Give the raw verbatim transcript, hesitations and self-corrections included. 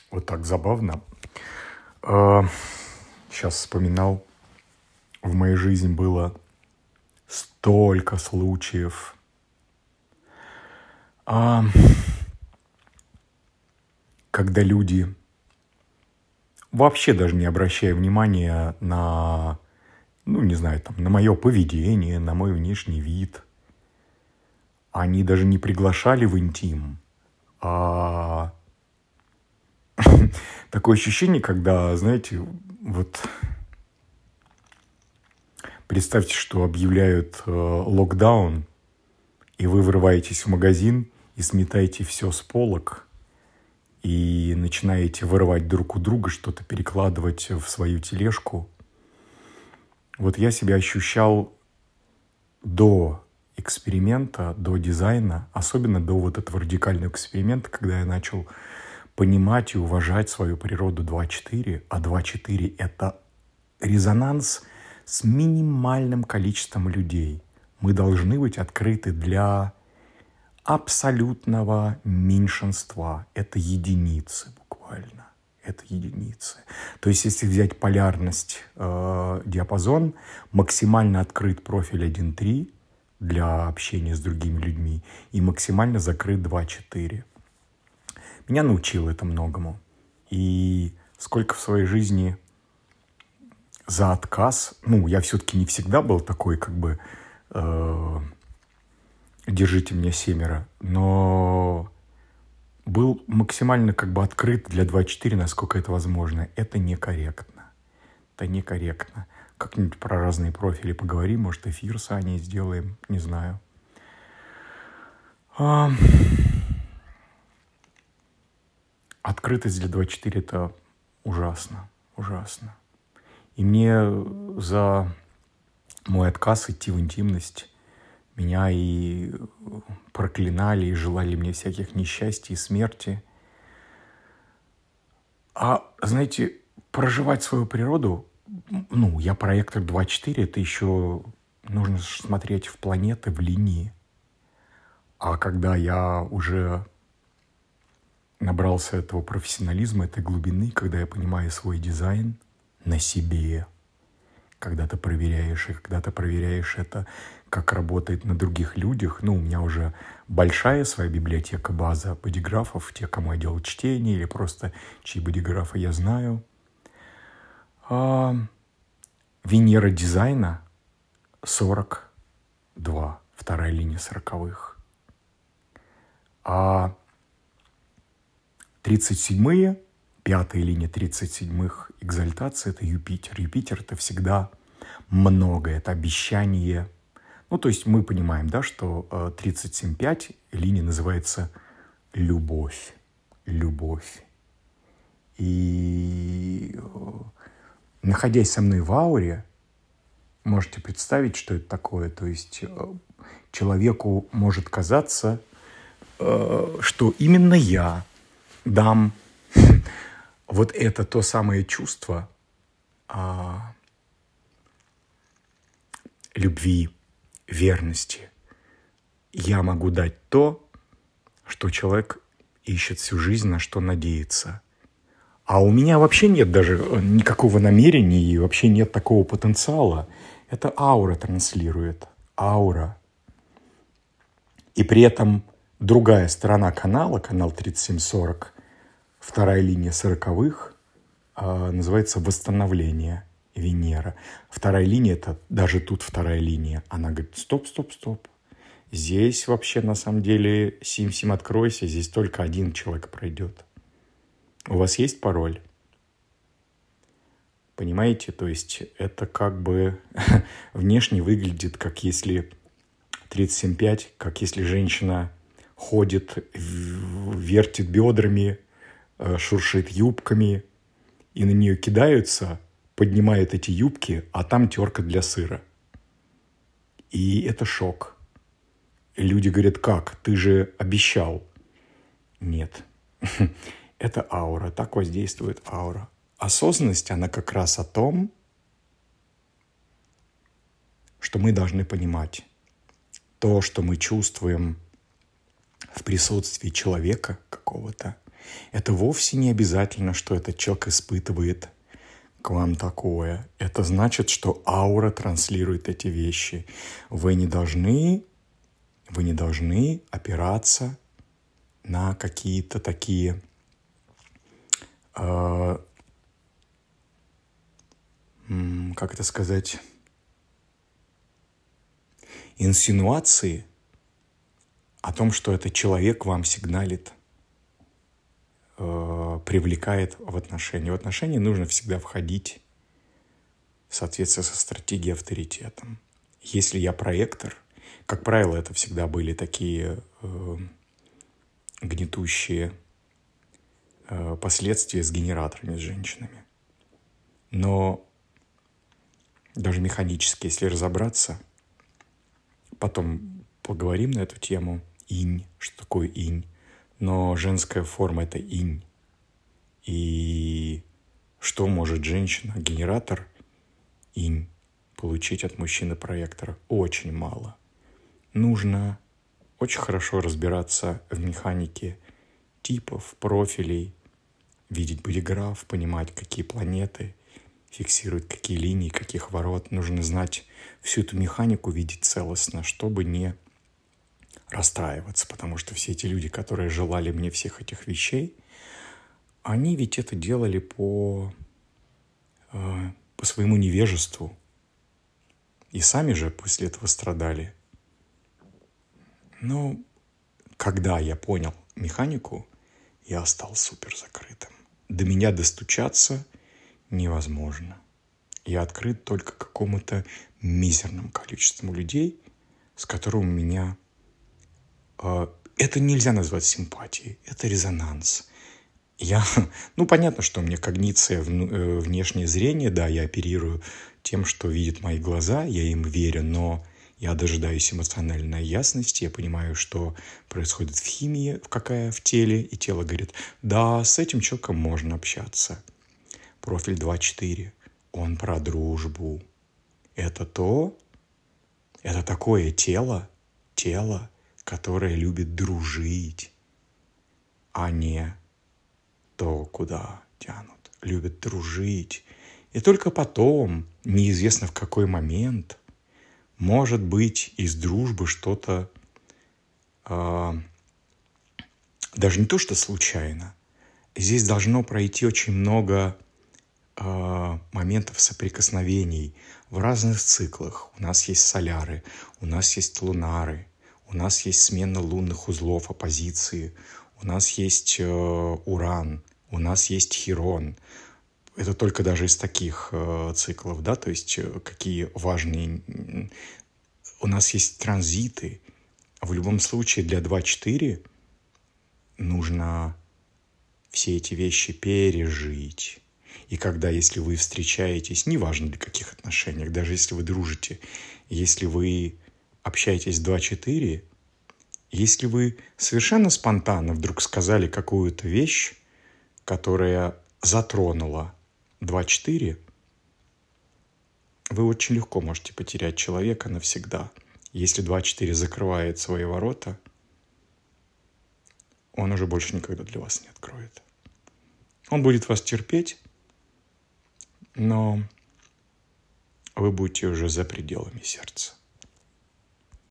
Вот так забавно. Сейчас вспоминал, в моей жизни было столько случаев. Когда люди, вообще даже не обращая внимания на, ну, не знаю, там, на мое поведение, на мой внешний вид, они даже не приглашали в интим, а такое ощущение, когда, знаете, вот представьте, что объявляют э, локдаун, и вы врываетесь в магазин и сметаете все с полок, и начинаете вырывать друг у друга что-то, перекладывать в свою тележку. Вот я себя ощущал до эксперимента, до дизайна, особенно до вот этого радикального эксперимента, когда я начал понимать и уважать свою природу два четыре, а два четыре — это резонанс с минимальным количеством людей. Мы должны быть открыты для абсолютного меньшинства. Это единицы буквально. Это единицы. То есть, если взять полярность, э, диапазон, максимально открыт профиль один три для общения с другими людьми и максимально закрыт два четыре. Меня научило это многому. И сколько в своей жизни за отказ, ну, я все-таки не всегда был такой, как бы, э, держите меня семеро, но был максимально как бы открыт для два четыре, насколько это возможно. Это некорректно. Это некорректно. Как-нибудь про разные профили поговорим, может, эфир с Аней сделаем, не знаю. А... Открытость для два четыре — это ужасно, ужасно. И мне за мой отказ идти в интимность меня и проклинали, и желали мне всяких несчастий и смерти. А, знаете, проживать свою природу, ну, я проектор два четыре, это еще нужно смотреть в планеты, в линии. А когда я уже набрался этого профессионализма, этой глубины, когда я понимаю свой дизайн на себе, когда ты проверяешь, и когда ты проверяешь это, как работает на других людях. Ну, у меня уже большая своя библиотека, база бодиграфов, те, кому я делал чтение, или просто чьи бодиграфы я знаю. А Венера дизайна сорок два, вторая линия сороковых. А тридцать седьмые, пятая линия тридцать седьмых экзальтации — это Юпитер. Юпитер — это всегда много, это обещание. Ну, то есть мы понимаем, да, что тридцать семь пять линия называется любовь. Любовь. И находясь со мной в ауре, можете представить, что это такое. То есть человеку может казаться, что именно я дам вот это то самое чувство а, любви, верности. Я могу дать то, что человек ищет всю жизнь, на что надеется. А у меня вообще нет даже никакого намерения и вообще нет такого потенциала. Это аура транслирует. Аура. И при этом другая сторона канала, канал тридцать семь сорок, вторая линия сороковых, называется «Восстановление Венера». Вторая линия — это даже тут вторая линия. Она говорит: стоп, стоп, стоп. Здесь вообще на самом деле сим-сим откройся, здесь только один человек пройдет. У вас есть пароль? Понимаете? То есть это как бы внешне выглядит, как если тридцать семь пять, как если женщина ходит, вертит бедрами, шуршит юбками, и на нее кидаются, поднимают эти юбки, а там терка для сыра. И это шок. И люди говорят: как? Ты же обещал. Нет. Это аура. Так воздействует аура. Осознанность, она как раз о том, что мы должны понимать то, что мы чувствуем в присутствии человека какого-то, Это вовсе не обязательно, что этот человек испытывает к вам такое. Это значит, что аура транслирует эти вещи. Вы не должны, вы не должны опираться на какие-то такие э, как это сказать, инсинуации о том, что этот человек вам сигналит, э, привлекает в отношения. В отношения нужно всегда входить в соответствии со стратегией авторитетом. Если я проектор, как правило, это всегда были такие э, гнетущие э, последствия с генераторами, с женщинами. Но даже механически, если разобраться, потом поговорим на эту тему, инь, что такое инь, но женская форма – это инь. И что может женщина-генератор, инь, получить от мужчины-проектора? Очень мало. Нужно очень хорошо разбираться в механике типов, профилей, видеть бодиграф, понимать, какие планеты фиксируют какие линии, каких ворот. Нужно знать всю эту механику, видеть целостно, чтобы не расстраиваться. Потому что все эти люди, которые желали мне всех этих вещей, они ведь это делали по, э, по своему невежеству. И сами же после этого страдали. Но когда я понял механику, я стал супер закрытым. До меня достучаться невозможно. Я открыт только какому-то мизерному количеству людей, с которым у меня... Э, это нельзя назвать симпатией, это резонанс. Я, ну, понятно, что у меня когниция, внешнее зрение, да, я оперирую тем, что видят мои глаза, я им верю, но я дожидаюсь эмоциональной ясности, я понимаю, что происходит в химии, какая в теле, и тело говорит, да, с этим человеком можно общаться. Профиль два четыре, он про дружбу. Это то, это такое тело, тело, которое любит дружить, а не то, куда тянут. Любит дружить. И только потом, неизвестно в какой момент, может быть из дружбы что-то, э, даже не то, что случайно. Здесь должно пройти очень много моментов соприкосновений в разных циклах. У нас есть соляры, у нас есть лунары, у нас есть смена лунных узлов, оппозиции, у нас есть э, Уран, у нас есть Хирон. Это только даже из таких э, циклов, да, то есть э, какие важные... У нас есть транзиты. В любом случае для два четыре нужно все эти вещи пережить. И когда, если вы встречаетесь, неважно для каких отношениях, даже если вы дружите, если вы общаетесь два четыре, если вы совершенно спонтанно вдруг сказали какую-то вещь, которая затронула два четыре, вы очень легко можете потерять человека навсегда. Если два четыре закрывает свои ворота, он уже больше никогда для вас не откроет. Он будет вас терпеть, но вы будете уже за пределами сердца.